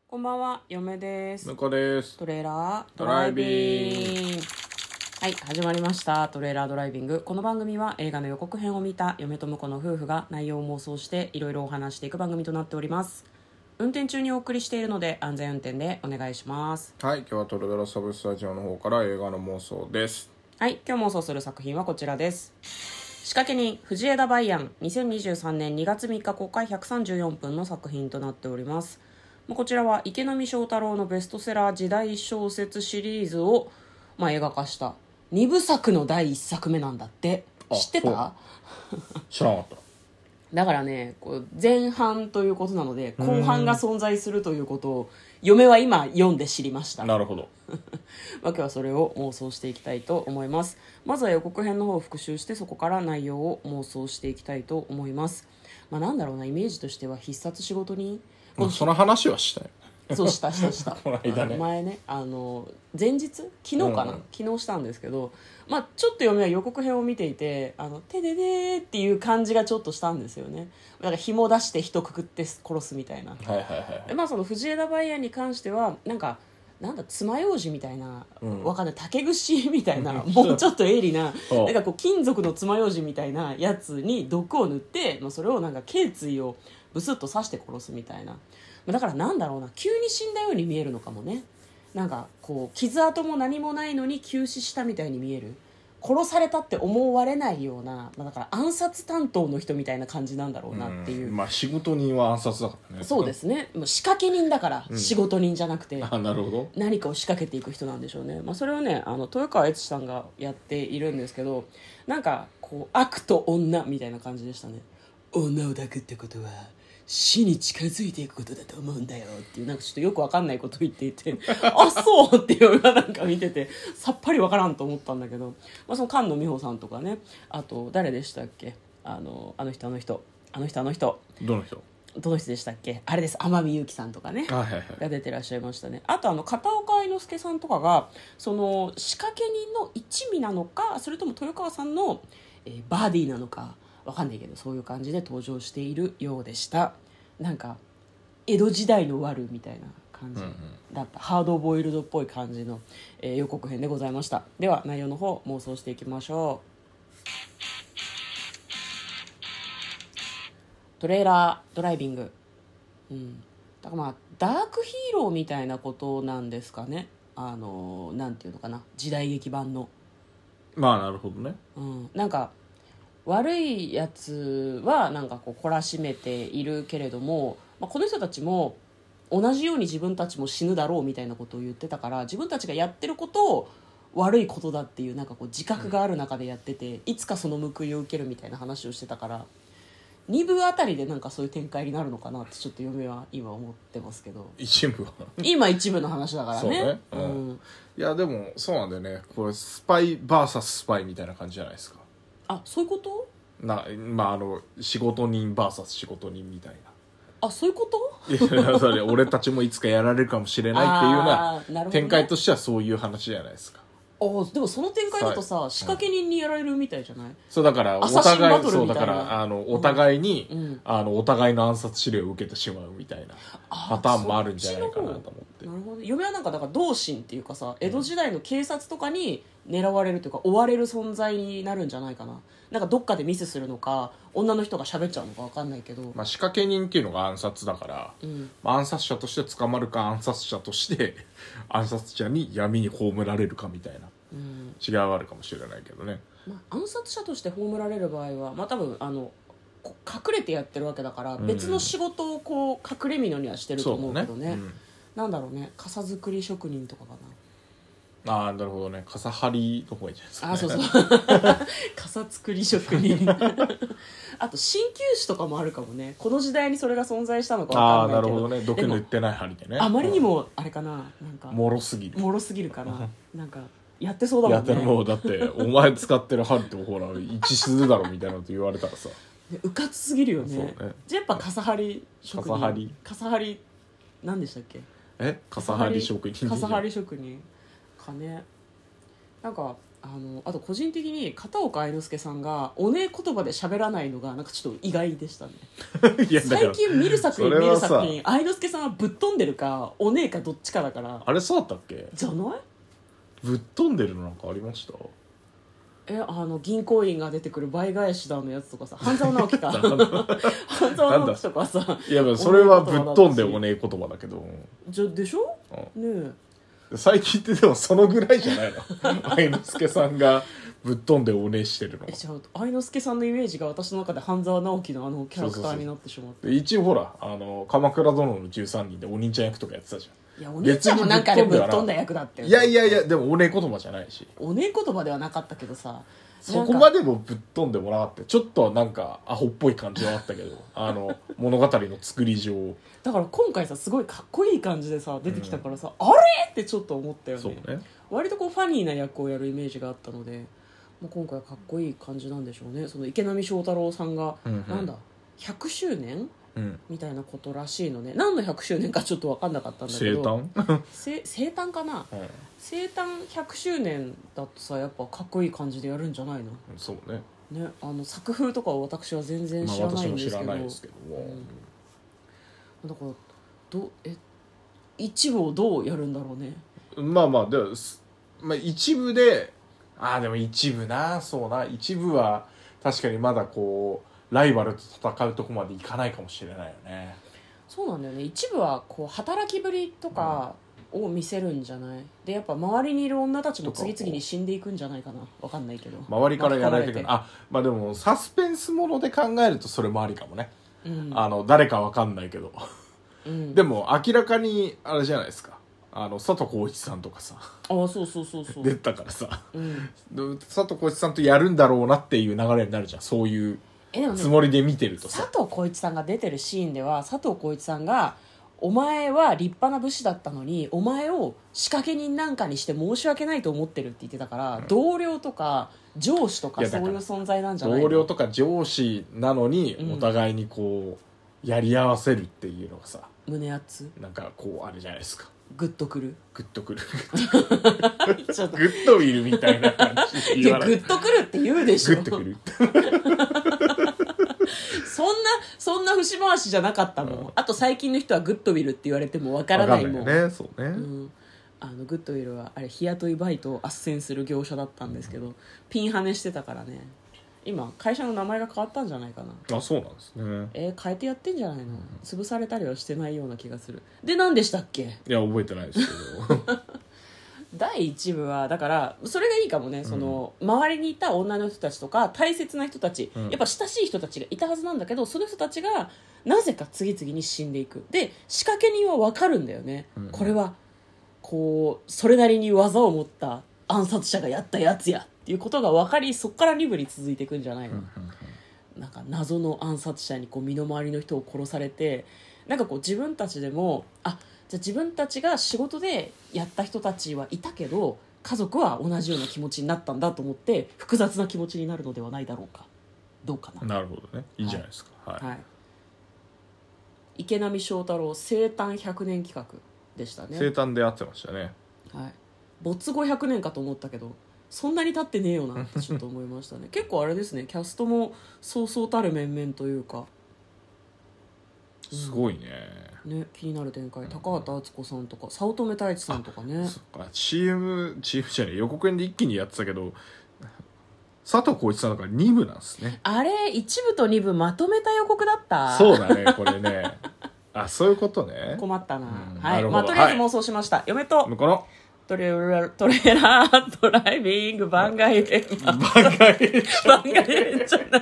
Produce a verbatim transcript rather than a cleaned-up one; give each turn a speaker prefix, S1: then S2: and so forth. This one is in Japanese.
S1: こんばんは、嫁です。
S2: 向こうです。
S1: トレーラードライビング。はい、始まりました。トレーラードライビング。この番組は映画の予告編を見た嫁と婿の夫婦が内容を妄想していろいろお話していく番組となっております。運転中にお送りしているので安全運転でお願いします。
S2: はい、今日はトレドラサブスタジオの方から映画の妄想です。
S1: はい、今日妄想する作品はこちらです。仕掛け人藤枝梅安、にせんにじゅうさんねんにがつみっか公開ひゃくさんじゅうよんぷんの作品となっております。こちらは池波正太郎のベストセラー時代小説シリーズを、まあ、映画化したにぶさくのだいいっさくめなんだって。知ってた？
S2: 知らなかった。
S1: だからね、こう前半ということなので後半が存在するということを嫁は今読んで知りました。
S2: なるほど。
S1: まあ今日はそれを妄想していきたいと思います。まずは予告編の方を復習してそこから内容を妄想していきたいと思います。まあ、なんだろうな、イメージとしては必殺仕事人、
S2: もうその話はしたよ。
S1: そうしたしたした
S2: この間ね、
S1: 前ね、あの前日昨日かな、
S2: うん、
S1: 昨日したんですけど、まあ、ちょっと嫁は予告編を見ていて、あのテデデーっていう感じがちょっとしたんですよね。なんか紐出して人くくって殺すみたいな。
S2: はいはいはい、
S1: でまあその藤枝梅安に関してはなんかなんだ爪楊枝みたいな、うん、わかんない竹串みたいなもうちょっと鋭利ななんかこう金属の爪楊枝みたいなやつに毒を塗って、まあ、それをなんか頸椎をブスッと刺して殺すみたいな。だからなんだろうな、急に死んだように見えるのかもね。なんかこう傷跡も何もないのに急死したみたいに見える。殺されたって思われないような、まあ、だから暗殺担当の人みたいな感じなんだろうなっていう、
S2: うん、まあ仕事人は暗殺だからね。
S1: そうですね、もう仕掛け人だから、うん、仕事人じゃなくて、
S2: あ、なるほど、
S1: 何かを仕掛けていく人なんでしょうね。まあ、それをね、あの豊川悦司さんがやっているんですけど、なんかこう悪と女みたいな感じでしたね。女を抱くってことは死に近づいていくことだと思うんだよっていう、なんかちょっとよくわかんないことを言っていてあ、そうっていうのがなんか見ててさっぱりわからんと思ったんだけど、まあ、その菅野美穂さんとかね、あと誰でしたっけ、あのあの人あの人あの人あの人
S2: どの人
S1: どの人でしたっけ、あれです、天海祐希さんとかね、
S2: はいはいはい、
S1: が出てらっしゃいましたね。あとあの片岡愛之助さんとかがその仕掛け人の一味なのか、それとも豊川さんの、えーバーディーなのかわかんないけど、そういう感じで登場しているようでした。なんか江戸時代のワルみたいな感じだった、うんうん、ハードボイルドっぽい感じの、えー、予告編でございました。では内容の方妄想していきましょう。トレーラードライビング、うん、だからまあダークヒーローみたいなことなんですかね。あのなんていうのかな、時代劇版の。
S2: まあなるほどね、
S1: うん、なんか悪いやつはなんかこう懲らしめているけれども、まあ、この人たちも同じように自分たちも死ぬだろうみたいなことを言ってたから、自分たちがやってることを悪いことだっていうなんかこう自覚がある中でやってて、いつかその報いを受けるみたいな話をしてたから、にぶあたりでなんかそういう展開になるのかなってちょっと嫁は今思ってますけど、
S2: 一部は
S1: 今一部の話だからね。
S2: そうね、うんうん、いやでもそうなんだよね、これスパイ ブイエス スパイみたいな感じじゃないですか。
S1: あ、そういうこと
S2: な、まああの仕事人 ブイエス 仕事人みたいな。
S1: あ、そういうこと？
S2: いやそれ俺たちもいつかやられるかもしれないっていうような、ね、展開としてはそういう話じゃないですか。
S1: あ、でもその展開だとさ、仕掛け人にやられるみたいじゃない？
S2: そうだからお互いそうだからあのお互いに、うん、あのお互いの暗殺指令を受けてしまうみたいなパターンもあるんじゃないかなと思って。
S1: なるほど。嫁はなんかだから同心っていうかさ、江戸時代の警察とかに狙われるというか追われる存在になるんじゃないかな。なんかどっかでミスするのか女の人が喋っちゃうのか分かんないけど、
S2: まあ、仕掛け人っていうのが暗殺だから、うんまあ、暗殺者として捕まるか暗殺者として暗殺者に闇に葬られるかみたいな、うん、違いはあるかもしれないけどね、
S1: まあ、暗殺者として葬られる場合は、まあ、多分あの隠れてやってるわけだから別の仕事をこう隠れ蓑にはしてると思うけどね、うん、なんだろうね、傘作り職人とかかな。
S2: ああなるほどね、傘張りの方がいいじゃないですか、ね、
S1: あそうそう傘作り職人あと鍼灸師とかもあるかもね。この時代にそれが存在したのか分かんないけど、
S2: ああなるほどね、毒塗ってない針でね。
S1: あまりにもあれかな、なんか
S2: もろすぎる
S1: もろすぎるかななんかやってそうだもんね。
S2: やってるもうだってお前使ってる針ってほら一致するだろみたいなこと言われたらさ
S1: うかつすぎるよ ね,
S2: ね
S1: じゃあやっぱ傘張り職人、
S2: 傘張り
S1: 傘張り何でしたっけ、
S2: え傘張り職人
S1: 傘張り職人かね。なんかあのあと個人的に片岡愛之助さんがおねえ言葉で喋らないのがなんかちょっと意外でしたね
S2: いやだから
S1: 最近見る作品
S2: それはさ
S1: 見る作品愛之助さんはぶっ飛んでるかおねえかどっちかだから
S2: あれそうだったっけ？
S1: じゃない
S2: ぶっ飛んでるのなんかありました？
S1: えあの銀行員が出てくる倍返しだのやつとかさ半沢直樹か半沢直樹とかさ
S2: いやそれはぶっ飛んでおねえ言葉だけど
S1: じゃでしょ、
S2: うん、
S1: ね
S2: え最近ってでもそのぐらいじゃないの愛之助さんがぶっ飛んでおねえしてるの。
S1: えじゃあ愛之助さんのイメージが私の中で半沢直樹のあのキャラクターになってしまって、
S2: 一応ほらあの鎌倉殿のじゅうさんにんでお兄ちゃん役とかやってたじゃん。
S1: いやお兄ちゃんもなんかでぶっ飛んだ役だって
S2: いやいやいやでもおねえ言葉じゃないし
S1: おねえ言葉ではなかったけどさ
S2: そこまでもぶっ飛んでもなかったちょっとなんかアホっぽい感じはあったけどあの物語の作り上
S1: だから今回さすごいかっこいい感じでさ出てきたからさ、うん、あれってちょっと思ったよね。
S2: そうね
S1: 割とこうファニーな役をやるイメージがあったので、もう今回はかっこいい感じなんでしょうね。その池波正太郎さんが、うんうん、なんだひゃくしゅうねん、うん、みたいなことらしいのね。何のひゃくしゅうねんかちょっと分かんなかったんだけど
S2: 生誕
S1: 生生誕かな、うん、生誕ひゃくしゅうねんだとさやっぱかっこいい感じでやるんじゃないの？
S2: そうね
S1: ねあの作風とかは私は全然知らないんですけど、まあ、私も知らないですけども、うん、だからどえ一部をどうやるんだろうね。
S2: まあまあでは、まあ、一部でああでも一部なそうな一部は確かにまだこうライバルと戦うとこまでいかないかもしれないよね。
S1: そうなんだよね。一部はこう働きぶりとかを見せるんじゃない、うん、でやっぱ周りにいる女たちも次々に死んでいくんじゃないかな。わかんないけど
S2: 周りからやられてくる。あまあでもサスペンスもので考えるとそれもありかもね、うん、あの誰かわかんないけど、うん、でも明らかにあれじゃないですかあの佐藤浩市さんとかさ
S1: あそうそうそうそう
S2: 出たからさ、うん、佐藤浩市さんとやるんだろうなっていう流れになるじゃんそういうつもりで見てるとさ、
S1: 佐藤浩市さんが出てるシーンでは佐藤浩市さんがお前は立派な武士だったのにお前を仕掛け人なんかにして申し訳ないと思ってるって言ってたから、うん、同僚とか上司とかそういう存在なんじゃないの？
S2: 同僚とか上司なのにお互いにこうやり合わせるっていうのがさ、
S1: うん、胸熱
S2: なんかこうあれじゃないですか
S1: グッとくる
S2: グッとくるちょっとグッといるみたいな感じで
S1: 言わない。いやグッとくるって言うでしょ。
S2: グッとくる
S1: そんなそんな節回しじゃなかったもん、うん、あと最近の人はグッドウィルって言われてもわからないもん。
S2: わかんないよねそうね、うん、
S1: あのグッドウィルはあれ日雇いバイトを斡旋する業者だったんですけど、うん、ピンハネしてたからね。今会社の名前が変わったんじゃないかな。
S2: あそうなんですね。
S1: えー、変えてやってんじゃないの、うん、潰されたりはしてないような気がする。で何でしたっけ？
S2: いや覚えてないですけど
S1: だいいち部はだからそれがいいかもね、うん、その周りにいた女の人たちとか大切な人たち、うん、やっぱ親しい人たちがいたはずなんだけどその人たちがなぜか次々に死んでいく。で仕掛け人は分かるんだよね、うん、これはこうそれなりに技を持った暗殺者がやったやつやっていうことが分かりそこからに部に続いていくんじゃないの、うんうんうん、なんか謎の暗殺者にこう身の回りの人を殺されてなんかこう自分たちでもあじゃあ自分たちが仕事でやった人たちはいたけど家族は同じような気持ちになったんだと思って複雑な気持ちになるのではないだろうか。どうかな。
S2: なるほどねいいじゃないですか、はい
S1: はいはい、池波正太郎生誕ひゃくねん企画でしたね。
S2: 生誕でやってましたね、
S1: はい、没後ひゃくねんかと思ったけどそんなに経ってねえよなってちょっと思いましたね結構あれですねキャストもそうそうたる面々というか
S2: すごいね、
S1: うん、ね気になる展開。高畑敦子さんとか早乙女太一さんとかね。
S2: そっか シーエム, チームじゃない予告編で一気にやってたけど佐藤浩市さんだからに部なんですね。
S1: あれいち部とに部まとめた予告だった。
S2: そうだねこれねあそういうことね。
S1: 困ったな、うん、はいまあ、とりあえず妄想しました、はい、嫁と
S2: この
S1: トレートレーラードライビング番外編番
S2: 外編
S1: 番外編じゃない